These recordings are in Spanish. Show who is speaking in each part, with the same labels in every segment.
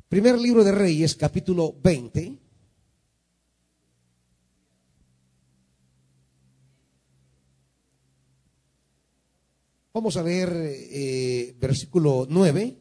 Speaker 1: Primer libro de Reyes, capítulo 20. Vamos a ver versículo 9.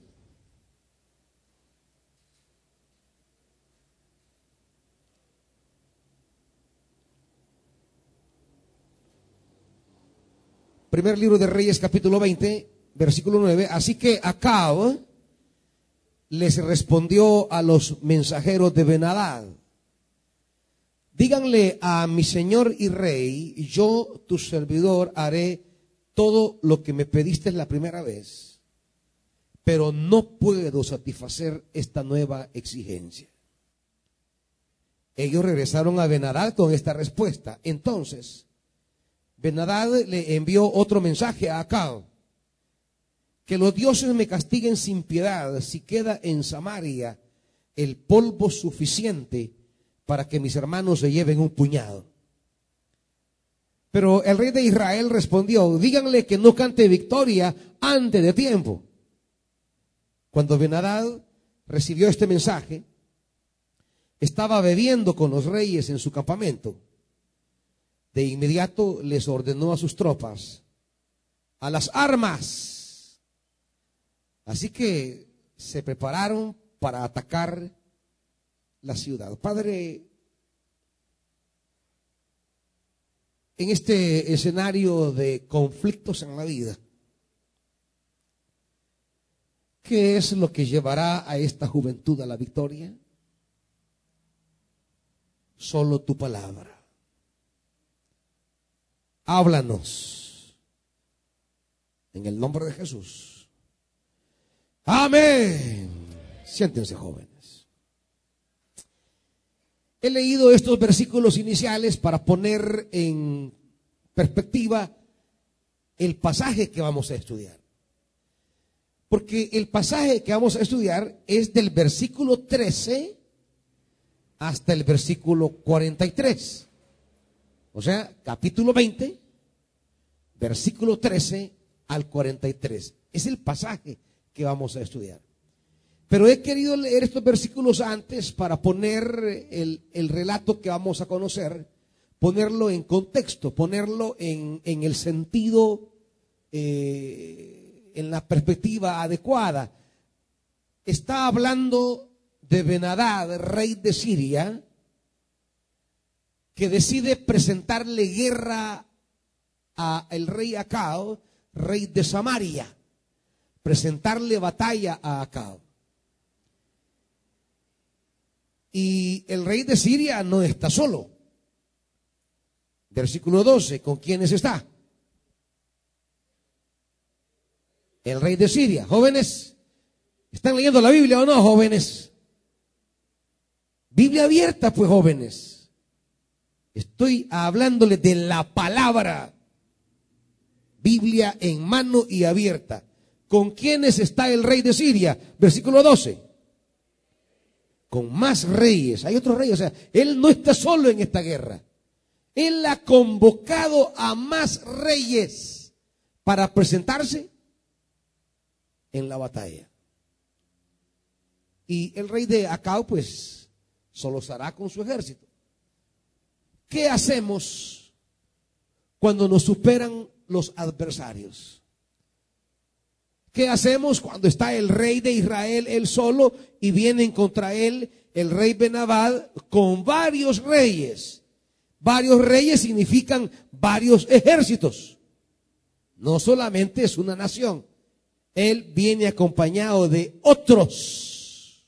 Speaker 1: Primer libro de Reyes, capítulo 20, versículo 9. Así que Acab les respondió a los mensajeros de Ben-Hadad: díganle a mi señor y rey, yo, tu servidor, haré todo lo que me pediste la primera vez, pero no puedo satisfacer esta nueva exigencia. Ellos regresaron a Ben-Hadad con esta respuesta. Entonces Ben-Hadad le envió otro mensaje a Acab: que los dioses me castiguen sin piedad si queda en Samaria el polvo suficiente para que mis hermanos se lleven un puñado. Pero el rey de Israel respondió: díganle que no cante victoria antes de tiempo. Cuando Ben-Hadad recibió este mensaje, estaba bebiendo con los reyes en su campamento. De inmediato les ordenó a sus tropas: a las armas. Así que se prepararon para atacar la ciudad. Padre, en este escenario de conflictos en la vida, ¿qué es lo que llevará a esta juventud a la victoria? Solo tu palabra. Háblanos en el nombre de Jesús. Amén. Siéntense, jóvenes. He leído estos versículos iniciales para poner en perspectiva el pasaje que vamos a estudiar. Porque el pasaje que vamos a estudiar es del versículo 13 hasta el versículo 43. O sea, capítulo 20, versículo 13 al 43. Es el pasaje que vamos a estudiar. Pero he querido leer estos versículos antes para poner el relato que vamos a conocer, ponerlo en contexto, ponerlo en el sentido, en la perspectiva adecuada. Está hablando de Ben-Hadad, rey de Siria, que decide presentarle guerra al rey Acab, rey de Samaria. Presentarle batalla a Acab. Y el rey de Siria no está solo. Versículo 12, ¿con quiénes está? El rey de Siria. Jóvenes, ¿están leyendo la Biblia o no, jóvenes? Biblia abierta, pues, jóvenes. Estoy hablándoles de la palabra. Biblia en mano y abierta. ¿Con quiénes está el rey de Siria? Versículo 12. Con más reyes. Hay otros reyes. O sea, él no está solo en esta guerra. Él ha convocado a más reyes para presentarse en la batalla. Y el rey de Acab, pues, solo estará con su ejército. ¿Qué hacemos cuando nos superan los adversarios? ¿Qué hacemos cuando está el rey de Israel él solo y vienen contra él el rey Ben-Hadad con varios reyes? Varios reyes significan varios ejércitos. No solamente es una nación. Él viene acompañado de otros.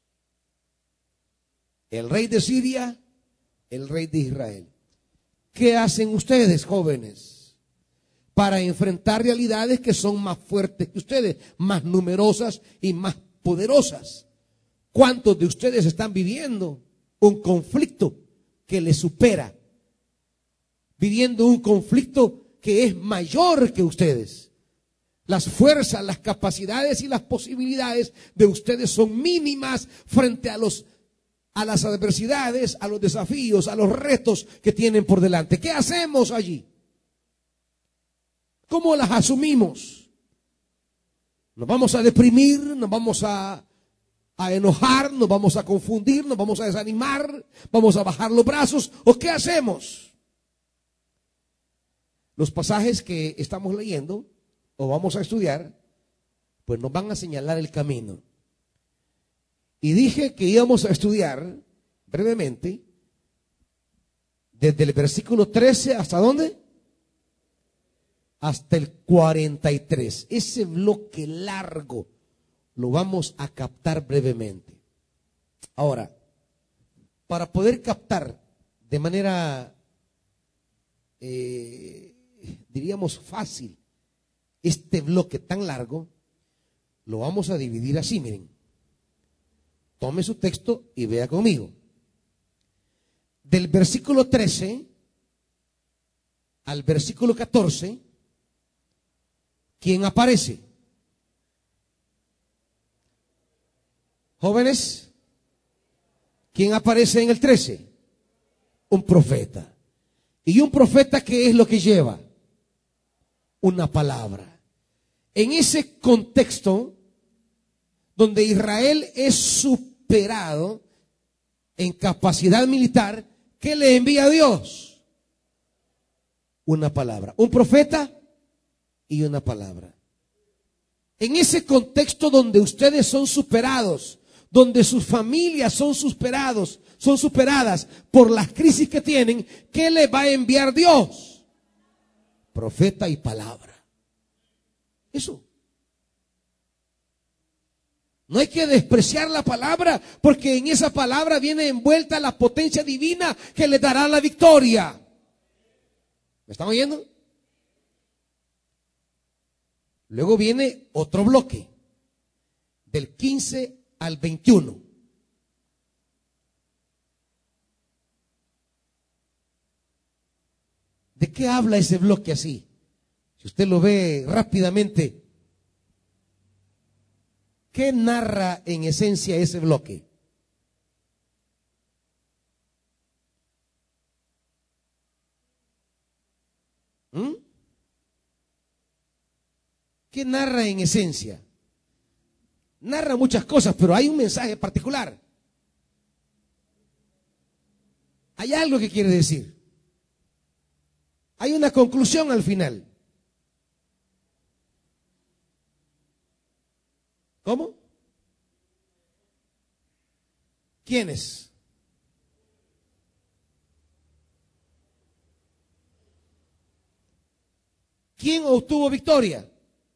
Speaker 1: El rey de Siria, el rey de Israel. ¿Qué hacen ustedes, jóvenes, para enfrentar realidades que son más fuertes que ustedes, más numerosas y más poderosas? ¿Cuántos de ustedes están viviendo un conflicto que les supera? Viviendo un conflicto que es mayor que ustedes. Las fuerzas, las capacidades y las posibilidades de ustedes son mínimas frente a las adversidades, a los desafíos, a los retos que tienen por delante. ¿Qué hacemos allí? ¿Cómo las asumimos? ¿Nos vamos a deprimir? ¿Nos vamos a a enojar, nos vamos a confundir, nos vamos a desanimar, vamos a bajar los brazos. ¿O qué hacemos? Los pasajes que estamos leyendo o vamos a estudiar, pues nos van a señalar el camino. Y dije que íbamos a estudiar brevemente desde el versículo 13 ¿hasta dónde? Hasta el 43. Ese bloque largo lo vamos a captar brevemente. Ahora, para poder captar de manera, diríamos, fácil este bloque tan largo, lo vamos a dividir así, miren. Tome su texto y vea conmigo. Del versículo 13 al versículo 14, ¿quién aparece? Jóvenes, ¿quién aparece en el 13? Un profeta. ¿Y un profeta qué es lo que lleva? Una palabra. En ese contexto, donde Israel es superado en capacidad militar, ¿qué le envía Dios? Una palabra. Un profeta y una palabra. En ese contexto donde ustedes son superados, donde sus familias son superadas por las crisis que tienen, ¿qué le va a enviar Dios? Profeta y palabra. Eso. No hay que despreciar la palabra, porque en esa palabra viene envuelta la potencia divina que le dará la victoria. ¿Me están oyendo? Luego viene otro bloque, del 15 al 21. ¿De qué habla ese bloque así? Si usted lo ve rápidamente, ¿qué narra en esencia ese bloque? ¿Qué narra en esencia? Narra muchas cosas, pero hay un mensaje particular. Hay algo que quiere decir. Hay una conclusión al final. ¿Cómo? ¿Quiénes? ¿Quién obtuvo victoria?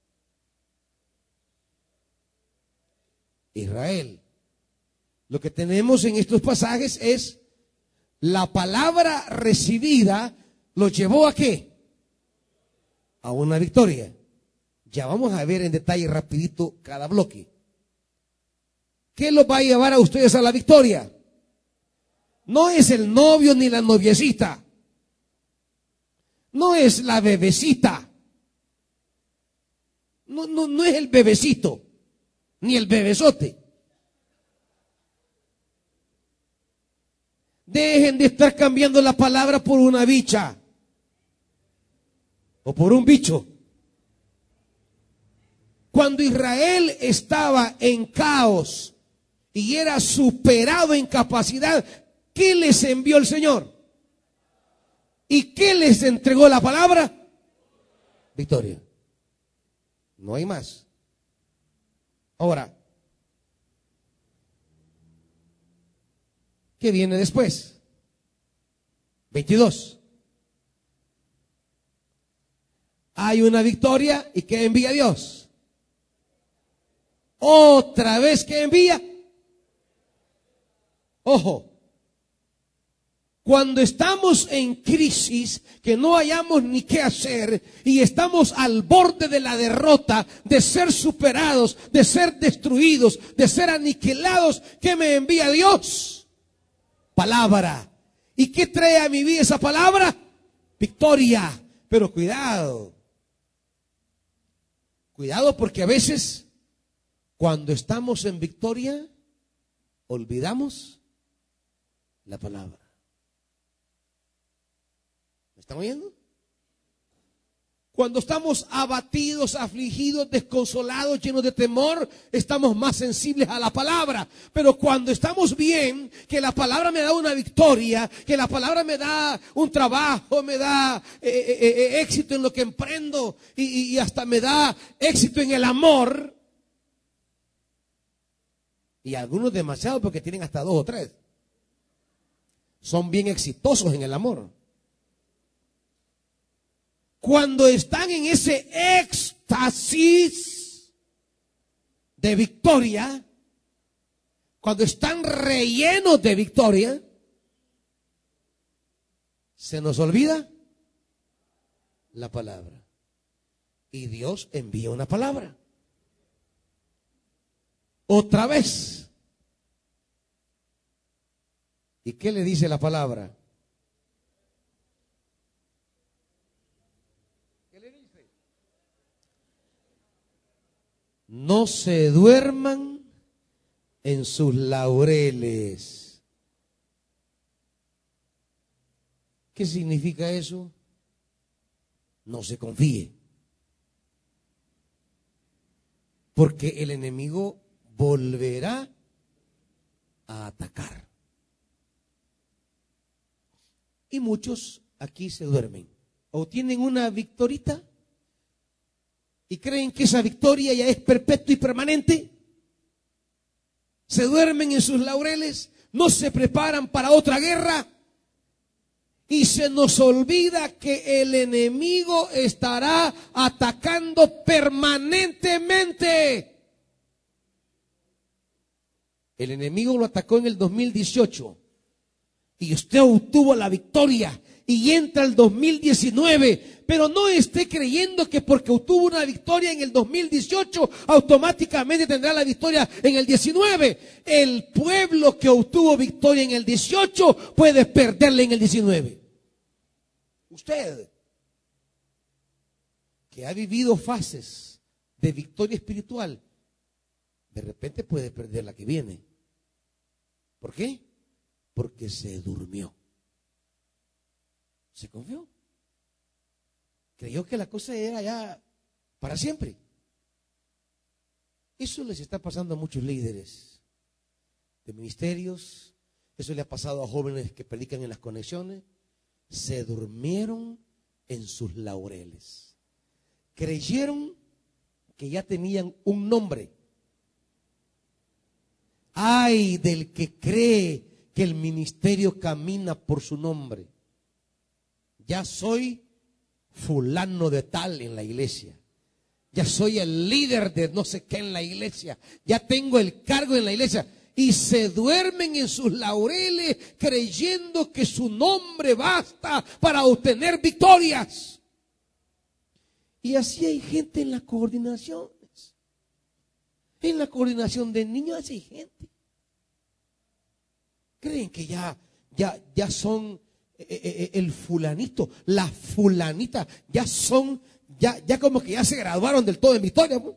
Speaker 1: Israel. Lo que tenemos en estos pasajes es la palabra recibida lo llevó a ¿qué? A una victoria. Ya vamos a ver en detalle rapidito cada bloque. ¿Qué los va a llevar a ustedes a la victoria? No es el novio ni la noviecita. No es la bebecita. No es el bebecito, ni el bebesote. Dejen de estar cambiando la palabra por una bicha o por un bicho. Cuando Israel estaba en caos y era superado en capacidad, ¿qué les envió el Señor? ¿Y qué les entregó la palabra? Victoria. No hay más. Ahora, ¿qué viene después? 22. Hay una victoria y ¿qué envía Dios? Otra vez que envía. Ojo. Cuando estamos en crisis, que no hayamos ni qué hacer y estamos al borde de la derrota, de ser superados, de ser destruidos, de ser aniquilados, ¿qué me envía Dios? Palabra. ¿Y qué trae a mi vida esa palabra? Victoria. Pero cuidado. Cuidado porque a veces, cuando estamos en victoria, olvidamos la palabra. ¿Me están oyendo? Cuando estamos abatidos, afligidos, desconsolados, llenos de temor, estamos más sensibles a la palabra. Pero cuando estamos bien, que la palabra me da una victoria, que la palabra me da un trabajo, me da éxito en lo que emprendo y hasta me da éxito en el amor. Y algunos demasiado porque tienen hasta 2 o 3. Son bien exitosos en el amor. Cuando están en ese éxtasis de victoria, cuando están rellenos de victoria, se nos olvida la palabra. Y Dios envía una palabra. Otra vez. ¿Y qué le dice la palabra? No se duerman en sus laureles. ¿Qué significa eso? No se confíe. Porque el enemigo volverá a atacar. Y muchos aquí se duermen. O tienen una victorita y creen que esa victoria ya es perpetua y permanente. Se duermen en sus laureles, no se preparan para otra guerra y se nos olvida que el enemigo estará atacando permanentemente. El enemigo lo atacó en el 2018 y usted obtuvo la victoria y entra el 2019. Pero no esté creyendo que porque obtuvo una victoria en el 2018, automáticamente tendrá la victoria en el 19. El pueblo que obtuvo victoria en el 18 puede perderla en el 19. Usted, que ha vivido fases de victoria espiritual, de repente puede perder la que viene. ¿Por qué? Porque se durmió. Se confió. Creyó que la cosa era ya para siempre. Eso les está pasando a muchos líderes de ministerios. Eso le ha pasado a jóvenes que predican en las conexiones. Se durmieron en sus laureles. Creyeron que ya tenían un nombre. Ay del que cree que el ministerio camina por su nombre. Ya soy fulano de tal en la iglesia. Ya soy el líder de no sé qué en la iglesia. Ya tengo el cargo en la iglesia. Y se duermen en sus laureles creyendo que su nombre basta para obtener victorias. Y así hay gente en las coordinaciones. En la coordinación de niños así hay gente. Creen que ya son el fulanito, la fulanita, ya como que ya se graduaron del todo en victoria. ¿No?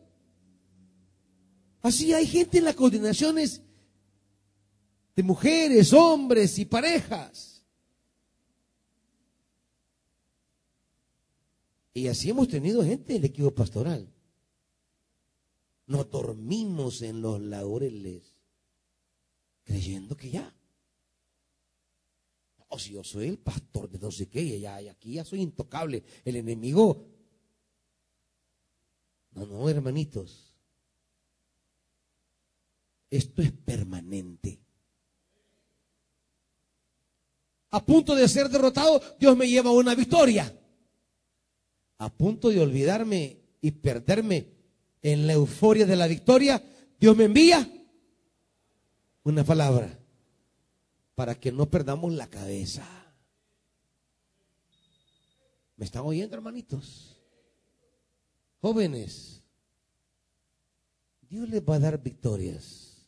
Speaker 1: Así hay gente en las coordinaciones de mujeres, hombres y parejas. Y así hemos tenido gente del equipo pastoral. Nos dormimos en los laureles, creyendo que ya. O si yo soy el pastor de no sé qué, y aquí ya soy intocable. El enemigo. No, hermanitos. Esto es permanente. A punto de ser derrotado, Dios me lleva a una victoria. A punto de olvidarme y perderme en la euforia de la victoria, Dios me envía una palabra para que no perdamos la cabeza. ¿Me están oyendo, hermanitos? Jóvenes, Dios les va a dar victorias,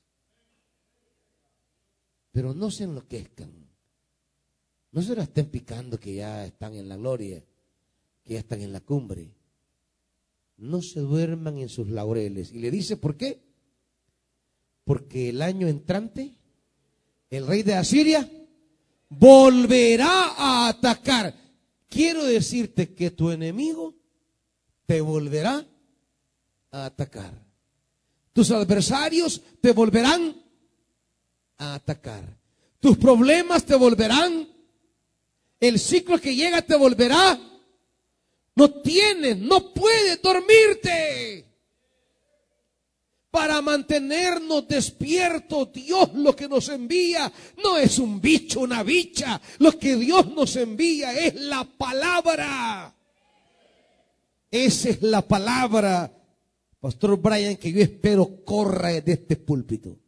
Speaker 1: pero no se enloquezcan. No se la estén picando que ya están en la gloria, que ya están en la cumbre. No se duerman en sus laureles. Y le dice, ¿por qué? Porque el año entrante, el rey de Asiria volverá a atacar. Quiero decirte que tu enemigo te volverá a atacar. Tus adversarios te volverán a atacar. Tus problemas te volverán. El ciclo que llega te volverá. No puedes dormirte. Para mantenernos despiertos, Dios lo que nos envía no es un bicho, una bicha. Lo que Dios nos envía es la palabra. Esa es la palabra, Pastor Brian, que yo espero corra de este púlpito.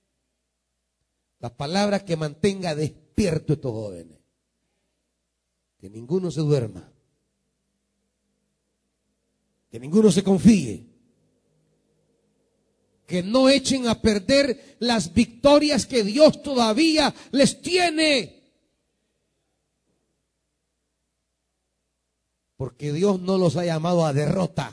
Speaker 1: La palabra que mantenga despierto a estos jóvenes. Que ninguno se duerma. Que ninguno se confíe. Que no echen a perder las victorias que Dios todavía les tiene. Porque Dios no los ha llamado a derrota.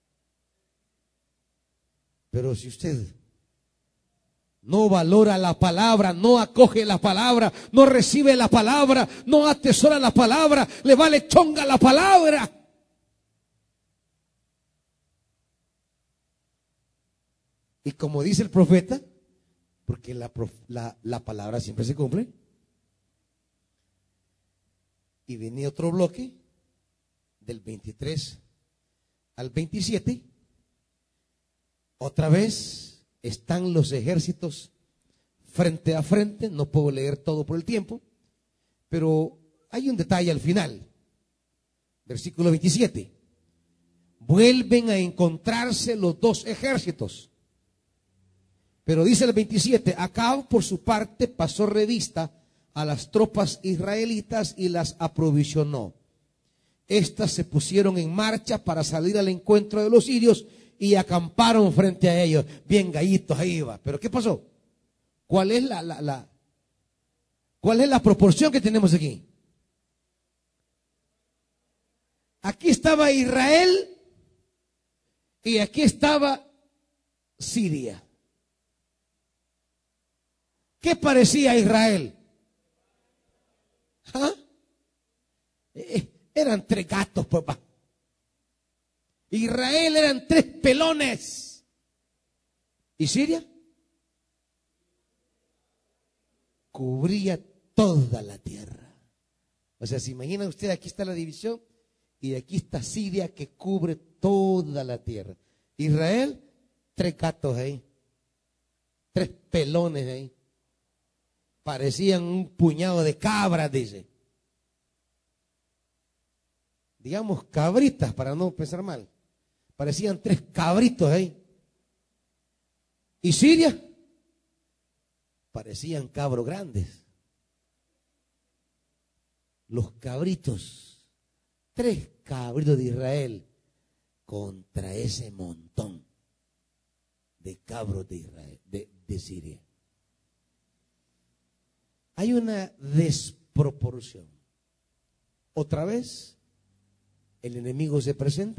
Speaker 1: Pero si usted no valora la palabra, no acoge la palabra, no recibe la palabra, no atesora la palabra, le vale chonga la palabra. Y como dice el profeta, porque la palabra siempre se cumple. Y venía otro bloque, del 23 al 27. Otra vez están los ejércitos frente a frente. No puedo leer todo por el tiempo, pero hay un detalle al final. Versículo 27. Vuelven a encontrarse los dos ejércitos. Pero dice el 27, Acab por su parte pasó revista a las tropas israelitas y las aprovisionó. Estas se pusieron en marcha para salir al encuentro de los sirios y acamparon frente a ellos. Bien gallitos ahí va. ¿Pero qué pasó? ¿Cuál es cuál es la proporción que tenemos aquí? Aquí estaba Israel y aquí estaba Siria. ¿Qué parecía Israel? ¿Ah? Eran tres gatos, papá. Israel eran tres pelones. ¿Y Siria? Cubría toda la tierra. O sea, se imagina usted, aquí está la división y aquí está Siria que cubre toda la tierra. Israel, tres gatos ahí. Tres pelones ahí. Parecían un puñado de cabras, dice. Digamos cabritas, para no pensar mal. Parecían tres cabritos ahí. ¿Y Siria? Parecían cabros grandes. Los cabritos, tres cabritos de Israel contra ese montón de cabros de Israel, de Siria. Hay una desproporción. Otra vez, el enemigo se presenta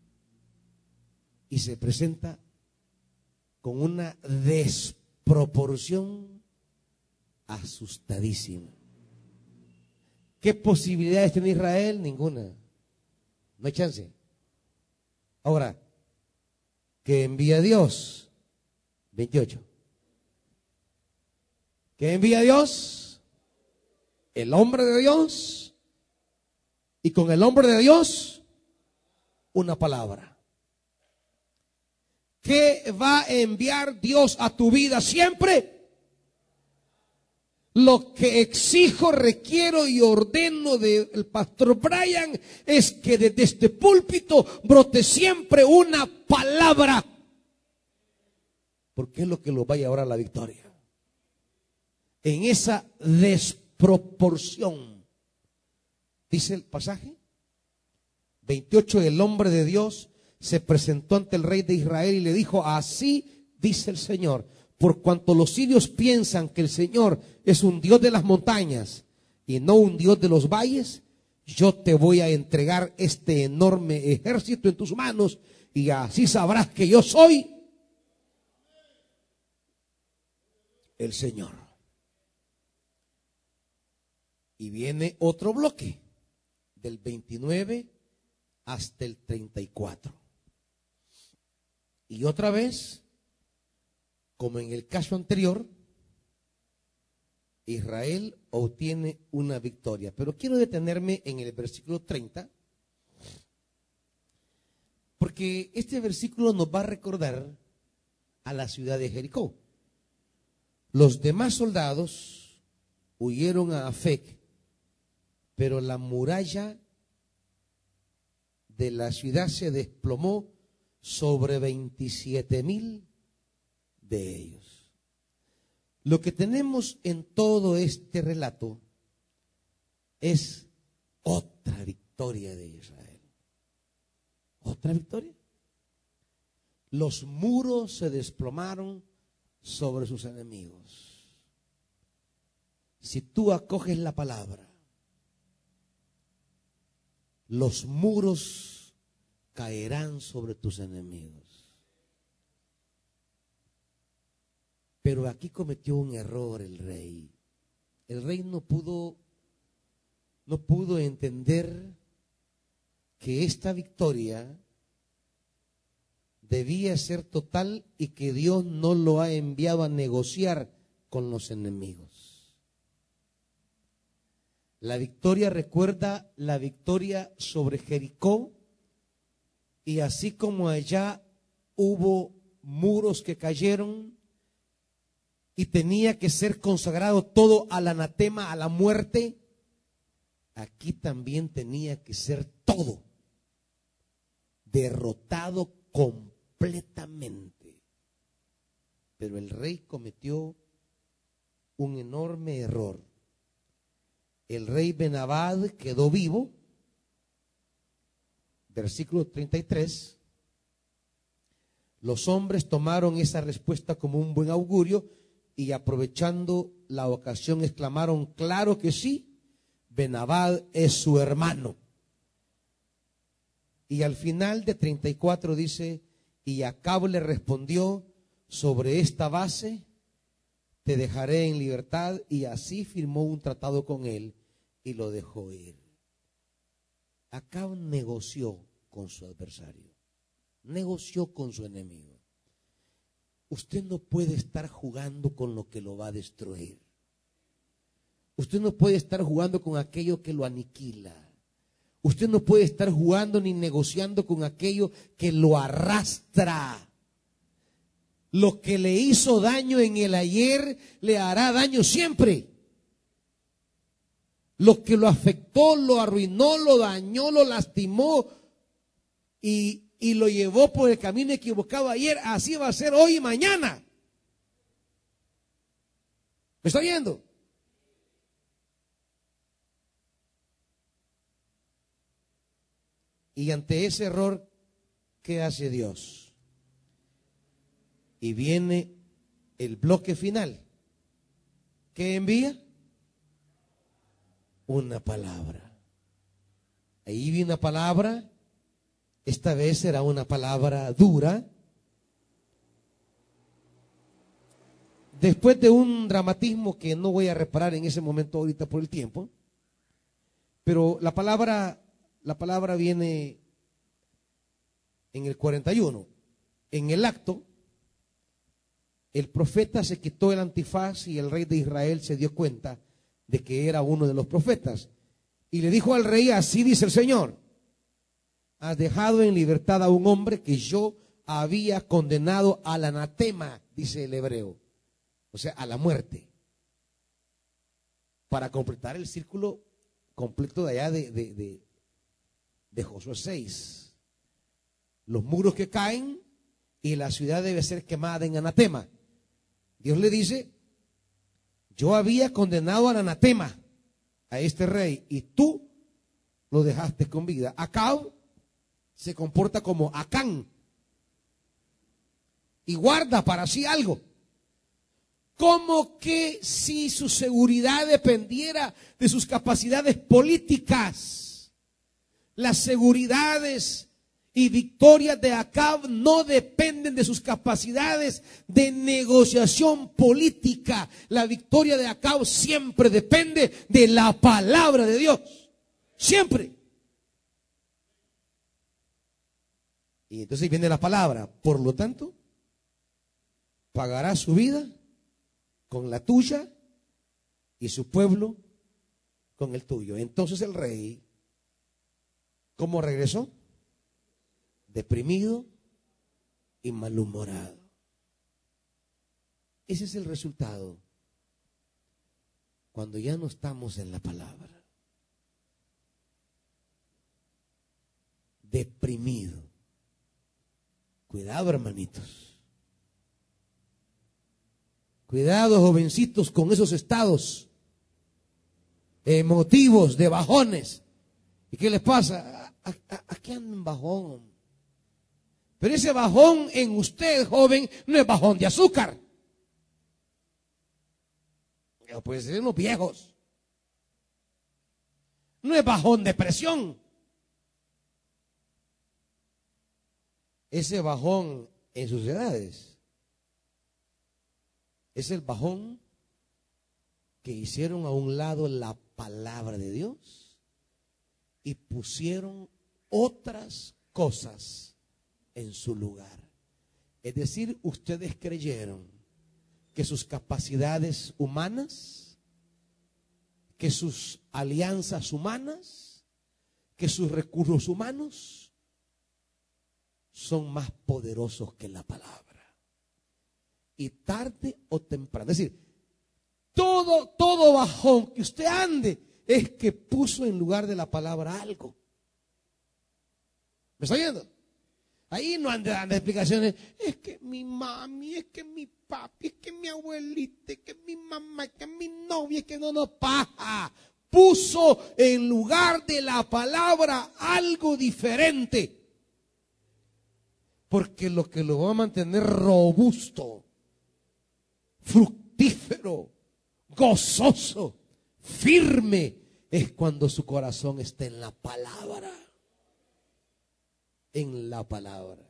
Speaker 1: y se presenta con una desproporción asustadísima. ¿Qué posibilidades tiene Israel? Ninguna. No hay chance. Ahora, ¿qué envía Dios? 28. ¿Qué envía Dios? El hombre de Dios. Y con el hombre de Dios, una palabra. ¿Qué va a enviar Dios a tu vida siempre? Lo que exijo, requiero y ordeno del pastor Brian es que desde este púlpito brote siempre una palabra. Porque es lo que lo va a llevar a la victoria. En esa desproporción. Dice el pasaje 28, el hombre de Dios se presentó ante el rey de Israel y le dijo, así dice el Señor, por cuanto los sirios piensan que el Señor es un Dios de las montañas y no un Dios de los valles, yo te voy a entregar este enorme ejército en tus manos y así sabrás que yo soy el Señor. Y viene otro bloque, del 29 hasta el 34. Y otra vez, como en el caso anterior, Israel obtiene una victoria. Pero quiero detenerme en el versículo 30, porque este versículo nos va a recordar a la ciudad de Jericó. Los demás soldados huyeron a Afec, pero la muralla de la ciudad se desplomó sobre 27,000 de ellos. Lo que tenemos en todo este relato es otra victoria de Israel. ¿Otra victoria? Los muros se desplomaron sobre sus enemigos. Si tú acoges la palabra, los muros caerán sobre tus enemigos. Pero aquí cometió un error el rey. El rey no pudo entender que esta victoria debía ser total y que Dios no lo ha enviado a negociar con los enemigos. La victoria recuerda la victoria sobre Jericó, y así como allá hubo muros que cayeron y tenía que ser consagrado todo al anatema, a la muerte, aquí también tenía que ser todo derrotado completamente. Pero el rey cometió un enorme error. El rey Benabad quedó vivo. Versículo 33. Los hombres tomaron esa respuesta como un buen augurio y, aprovechando la ocasión, exclamaron: claro que sí, Benabad es su hermano. Y al final de 34 dice: y Acab le respondió: sobre esta base te dejaré en libertad. Y así firmó un tratado con él y lo dejó ir. Acab negoció con su adversario, negoció con su enemigo. Usted no puede estar jugando con lo que lo va a destruir. Usted no puede estar jugando con aquello que lo aniquila. Usted no puede estar jugando ni negociando con aquello que lo arrastra. Lo que le hizo daño en el ayer le hará daño siempre. Lo que lo afectó, lo arruinó, lo dañó, lo lastimó y lo llevó por el camino equivocado ayer, así va a ser hoy y mañana. ¿Me está viendo? Y ante ese error, ¿qué hace Dios? Y viene el bloque final. ¿Qué envía? Una palabra. Ahí viene una palabra. Esta vez será una palabra dura. Después de un dramatismo que no voy a reparar en ese momento ahorita por el tiempo. Pero la palabra viene en el 41. En el acto, el profeta se quitó el antifaz y el rey de Israel se dio cuenta de que era uno de los profetas. Y le dijo al rey: así dice el Señor: has dejado en libertad a un hombre que yo había condenado al anatema, dice el hebreo, o sea, a la muerte, para completar el círculo completo de allá de Josué 6. Los muros que caen y la ciudad debe ser quemada en anatema. Dios le dice: yo había condenado al anatema a este rey y tú lo dejaste con vida. Acab se comporta como Acán y guarda para sí algo. Como que si su seguridad dependiera de sus capacidades políticas. Las seguridades y victorias de Acab no dependen de sus capacidades de negociación política. La victoria de Acab siempre depende de la palabra de Dios. Siempre. Y entonces viene la palabra, por lo tanto, pagará su vida con la tuya y su pueblo con el tuyo. Entonces el rey, ¿cómo regresó? Deprimido y malhumorado. Ese es el resultado cuando ya no estamos en la palabra. Deprimido. Cuidado, hermanitos. Cuidado, jovencitos, con esos estados emotivos, de bajones. ¿Y qué les pasa? Aquí andan en bajón. Pero ese bajón en usted, joven, no es bajón de azúcar. Puede ser en los viejos. No es bajón de presión. Ese bajón en sus edades es el bajón que hicieron a un lado la palabra de Dios y pusieron otras cosas en su lugar. Es decir, ustedes creyeron que sus capacidades humanas, que sus alianzas humanas, que sus recursos humanos son más poderosos que la palabra. Y tarde o temprano, es decir, todo bajón que usted ande es que puso en lugar de la palabra algo. ¿Me está oyendo? Ahí no ande dando explicaciones. Es que mi mami, es que mi papi, es que mi abuelita, es que mi mamá, es que mi novia, es que no paja. Puso en lugar de la palabra algo diferente. Porque lo que lo va a mantener robusto, fructífero, gozoso, firme, es cuando su corazón está en la palabra. En la palabra.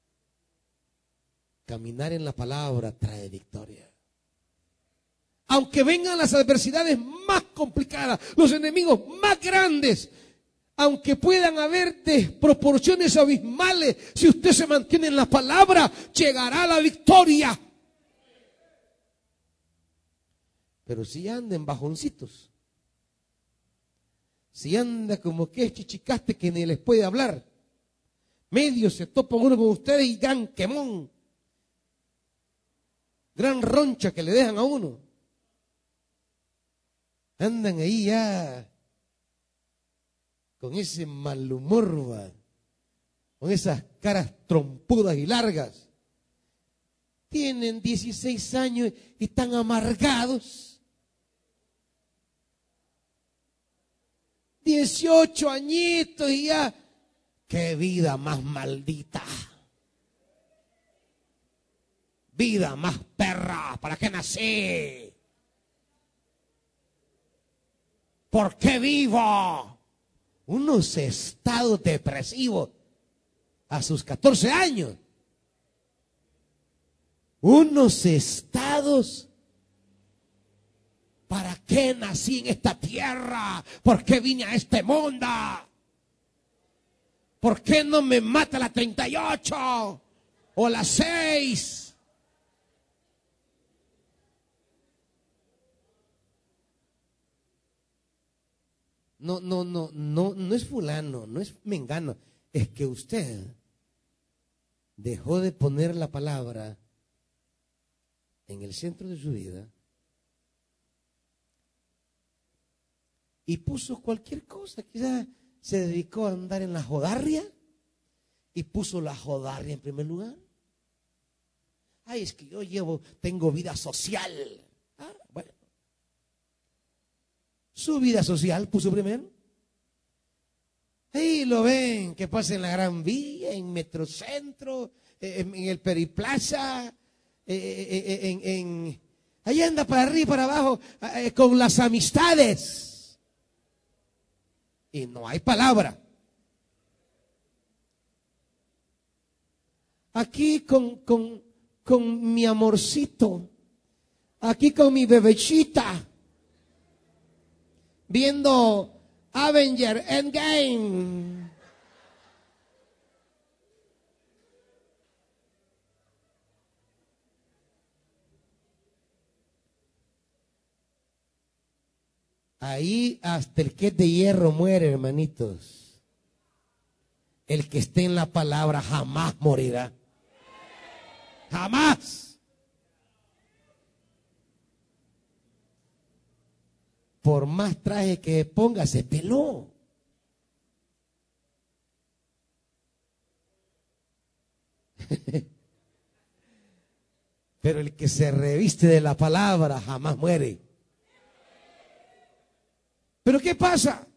Speaker 1: Caminar en la palabra trae victoria. Aunque vengan las adversidades más complicadas, los enemigos más grandes, aunque puedan haber desproporciones abismales, si usted se mantiene en la palabra, llegará la victoria. Pero si anda en bajoncitos, si anda como que es chichicaste que ni les puede hablar, medio se topa uno con ustedes y gran quemón, gran roncha que le dejan a uno. Andan ahí ya con ese mal humor, con esas caras trompudas y largas. Tienen 16 años y están amargados. 18 añitos y ya. ¡Qué vida más maldita! Vida más perra. ¿Para qué nací? ¿Por qué vivo? Unos estados depresivos a sus 14 años. Unos estados. ¿Para qué nací en esta tierra? ¿Por qué vine a este mundo? ¿Por qué no me mata la 38 o la 6? No es fulano, no es mengano. Es que usted dejó de poner la palabra en el centro de su vida y puso cualquier cosa. Quizás se dedicó a andar en la jodarria y puso la jodarria en primer lugar. Ay, es que yo tengo vida social. Ah, bueno. Su vida social puso primero. Ahí lo ven, que pasa en la Gran Vía, en Metrocentro, en el Periplaza, ahí anda para arriba y para abajo con las amistades. Y no hay palabra. Aquí con mi amorcito, aquí con mi bebecita, viendo Avenger Endgame. Ahí hasta el que es de hierro muere, hermanitos. El que esté en la palabra jamás morirá. Jamás. Por más traje que ponga, se peló. Pero el que se reviste de la palabra jamás muere. ¿Pero qué pasa?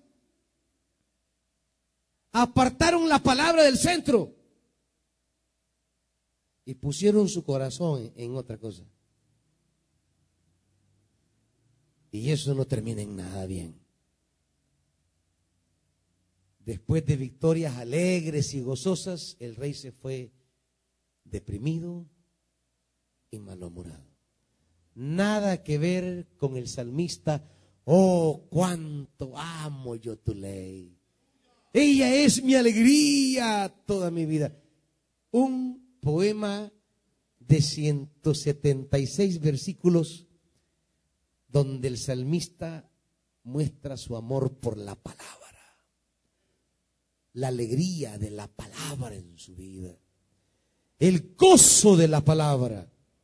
Speaker 1: Apartaron la palabra del centro y pusieron su corazón en otra cosa. Y eso no termina en nada bien. Después de victorias alegres y gozosas, el rey se fue deprimido y malhumorado. Nada que ver con el salmista: oh, cuánto amo yo tu ley. Ella es mi alegría toda mi vida. Un poema de 176 versículos donde el salmista muestra su amor por la palabra, la alegría de la palabra en su vida, el gozo de la palabra.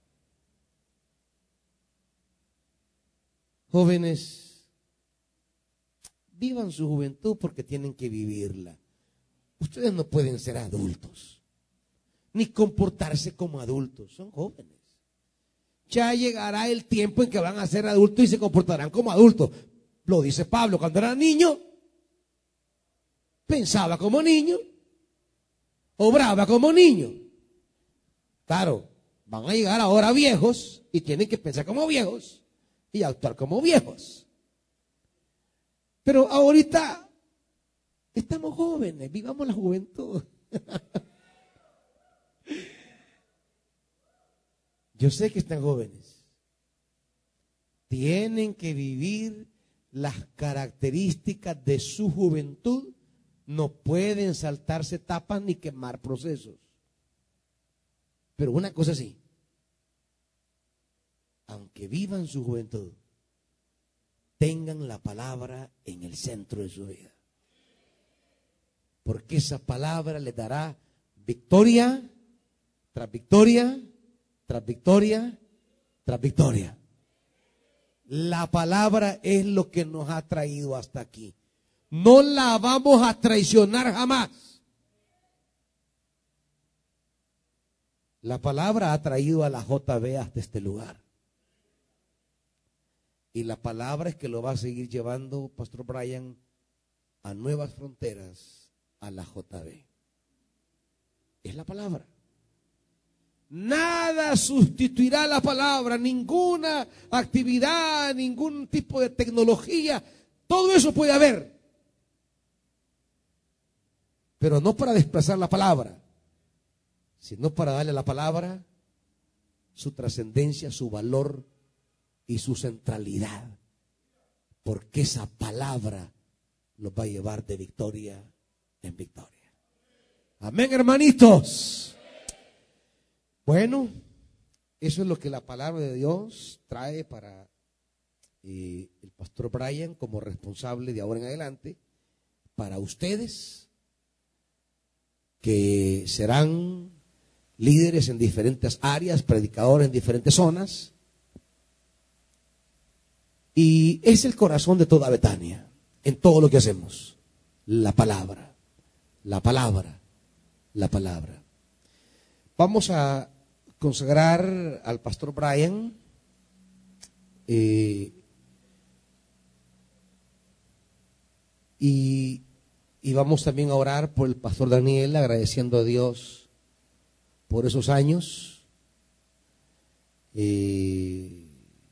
Speaker 1: Jóvenes, vivan su juventud porque tienen que vivirla. Ustedes no pueden ser adultos, ni comportarse como adultos, son jóvenes. Ya llegará el tiempo en que van a ser adultos y se comportarán como adultos. Lo dice Pablo: cuando era niño, pensaba como niño, obraba como niño. Claro, van a llegar ahora viejos y tienen que pensar como viejos y actuar como viejos. Pero ahorita estamos jóvenes, vivamos la juventud. Yo sé que están jóvenes. Tienen que vivir las características de su juventud. No pueden saltarse etapas ni quemar procesos. Pero una cosa sí: aunque vivan su juventud, tengan la palabra en el centro de su vida. Porque esa palabra les dará victoria tras victoria, tras victoria, tras victoria. La palabra es lo que nos ha traído hasta aquí. No la vamos a traicionar jamás. La palabra ha traído a la JB hasta este lugar. Y la palabra es que lo va a seguir llevando, Pastor Brian, a nuevas fronteras, a la JB. Es la palabra. Nada sustituirá la palabra, ninguna actividad, ningún tipo de tecnología. Todo eso puede haber, pero no para desplazar la palabra, sino para darle a la palabra su trascendencia, su valor y su centralidad, porque esa palabra los va a llevar de victoria en victoria. Amén, hermanitos. Bueno, eso es lo que la palabra de Dios trae para el pastor Brian como responsable de ahora en adelante, para ustedes que serán líderes en diferentes áreas, predicadores en diferentes zonas. Y es el corazón de toda Betania, en todo lo que hacemos: la palabra, la palabra, la palabra. Vamos a consagrar al pastor Brian y vamos también a orar por el pastor Daniel, agradeciendo a Dios por esos años. Y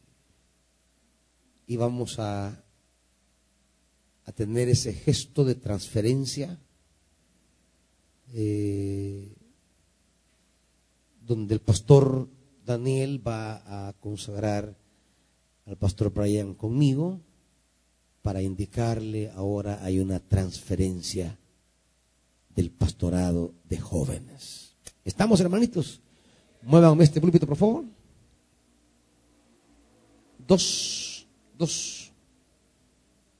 Speaker 1: vamos a tener ese gesto de transferencia donde el pastor Daniel va a consagrar al pastor Brian conmigo para indicarle: ahora hay una transferencia del pastorado de jóvenes. ¿Estamos, hermanitos? Muévanme este púlpito, por favor. Dos.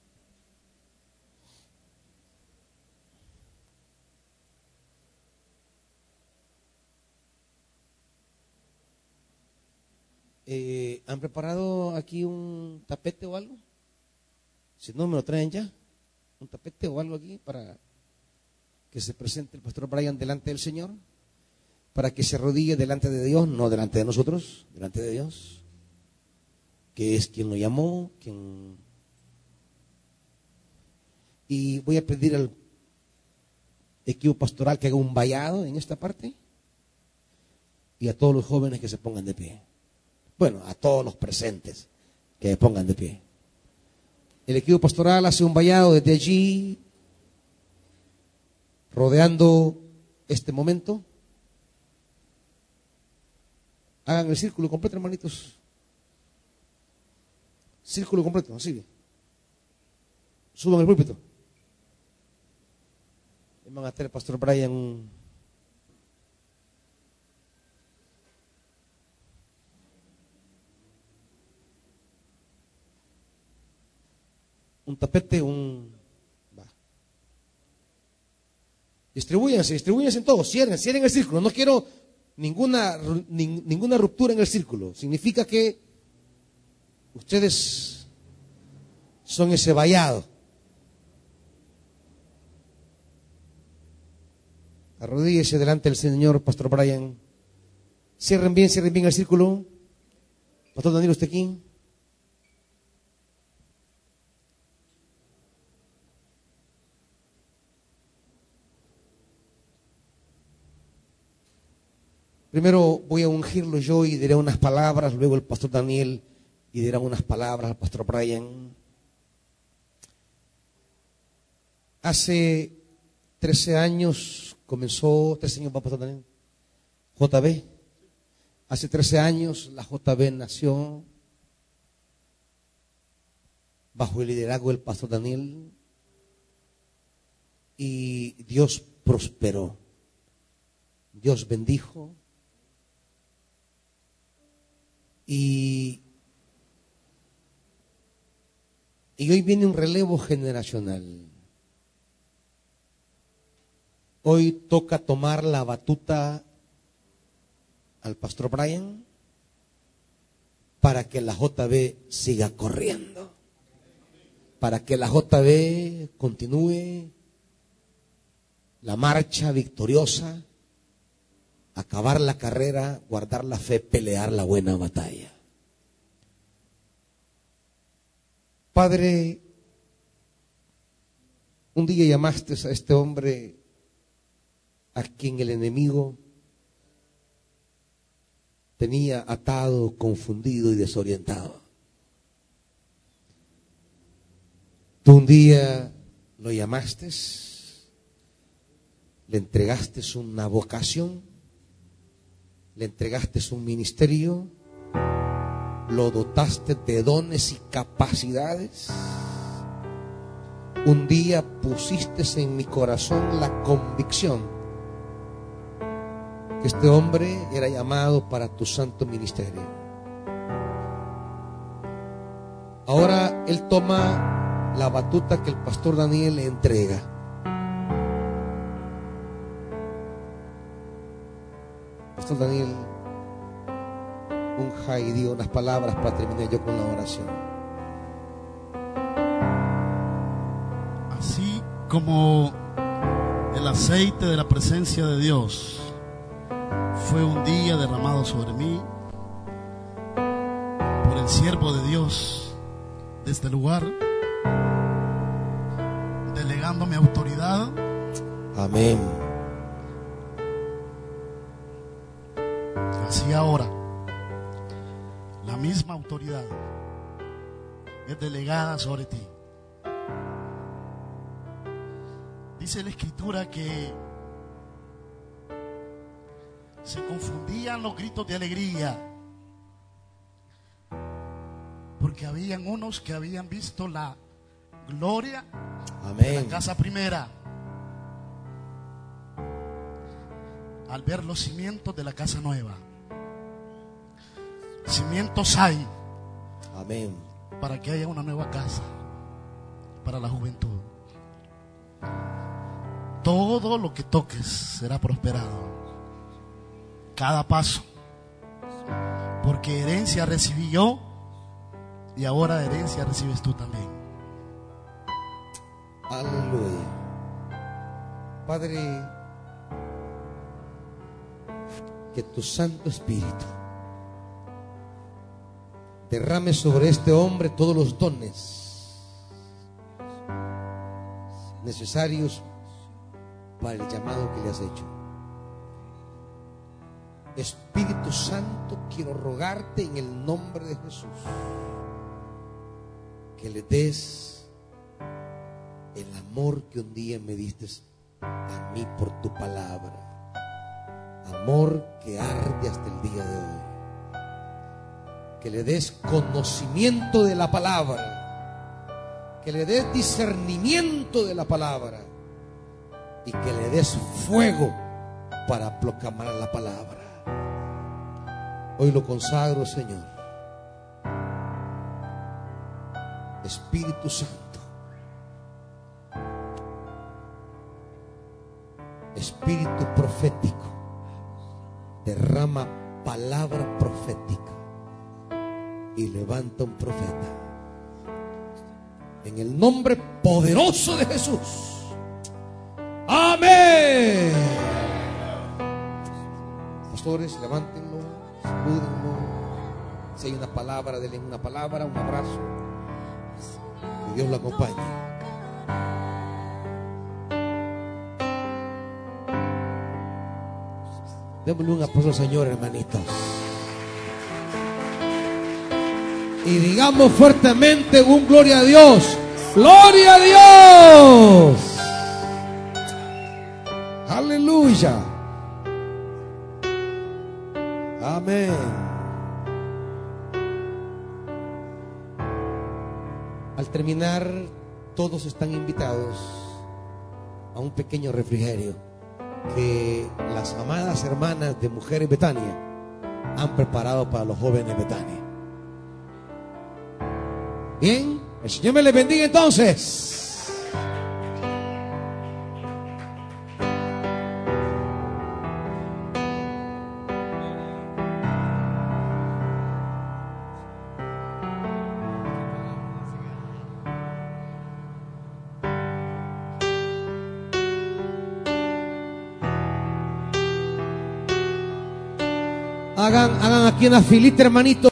Speaker 1: ¿Han preparado aquí un tapete o algo? Si no, me lo traen ya. Un tapete o algo aquí para que se presente el pastor Brian delante del Señor, para que se arrodille delante de Dios, no delante de nosotros, delante de Dios, que es quien lo llamó, Y voy a pedir al equipo pastoral que haga un vallado en esta parte y a todos los jóvenes que se pongan de pie. Bueno, a todos los presentes que se pongan de pie. El equipo pastoral hace un vallado desde allí, rodeando este momento. Hagan el círculo completo, hermanitos. Círculo completo, así. Suban el púlpito. Van a estar el pastor Brian un tapete, va. Distribúyanse en todo, cierren el círculo. No quiero ninguna ruptura en el círculo. Significa que ustedes son ese vallado. Arrodíllese delante del Señor, pastor Brian. Cierren bien el círculo. Pastor Daniel, usted aquí. Primero voy a ungirlo yo y diré unas palabras, luego el pastor Daniel y dirá unas palabras al pastor Brian. Hace 13 años comenzó, 13 años va pastor Daniel, JB. Hace 13 años la JB nació bajo el liderazgo del pastor Daniel y Dios prosperó, Dios bendijo. Y hoy viene un relevo generacional. Hoy toca tomar la batuta al pastor Brian para que la JB siga corriendo, para que la JB continúe la marcha victoriosa, acabar la carrera, guardar la fe, pelear la buena batalla. Padre, un día llamaste a este hombre a quien el enemigo tenía atado, confundido y desorientado. Tú un día lo llamaste, le entregaste una vocación, le entregaste un ministerio, lo dotaste de dones y capacidades. Un día pusiste en mi corazón la convicción que este hombre era llamado para tu santo ministerio. Ahora él toma la batuta que el pastor Daniel le entrega. Pastor Daniel, unja y dio unas palabras para terminar yo con la oración.
Speaker 2: Así como el aceite de la presencia de Dios fue un día derramado sobre mí por el siervo de Dios de este lugar, delegándome autoridad.
Speaker 1: Amén.
Speaker 2: Así ahora, la misma autoridad es delegada sobre ti. Dice la Escritura que se confundían los gritos de alegría, porque habían unos que habían visto la gloria de la casa primera al ver los cimientos de la casa nueva. Cimientos hay,
Speaker 1: amén,
Speaker 2: para que haya una nueva casa para la juventud. Todo lo que toques será prosperado. Cada paso, porque herencia recibí yo y ahora herencia recibes tú también.
Speaker 1: Aleluya. Padre, que tu Santo Espíritu derrame sobre este hombre todos los dones necesarios para el llamado que le has hecho. Espíritu Santo, quiero rogarte en el nombre de Jesús que le des el amor que un día me diste a mí por tu palabra. Amor que arde hasta el día de hoy. Que le des conocimiento de la palabra, que le des discernimiento de la palabra y que le des fuego para proclamar la palabra. Hoy lo consagro, Señor. Espíritu Santo, Espíritu profético, derrama palabra profética y levanta un profeta en el nombre poderoso de Jesús. Amén. Pastores, levántenlo, salúdenlo. Si hay una palabra, denle una palabra, un abrazo. Que Dios lo acompañe. Démosle un aplauso al Señor, hermanitos. Y digamos fuertemente un gloria a Dios. ¡Gloria a Dios! ¡Aleluya! Amén. Al terminar, todos están invitados a un pequeño refrigerio que las amadas hermanas de Mujeres Betania han preparado para los jóvenes Betania. Bien, el Señor me les bendiga entonces. Hagan aquí una filita, hermanito.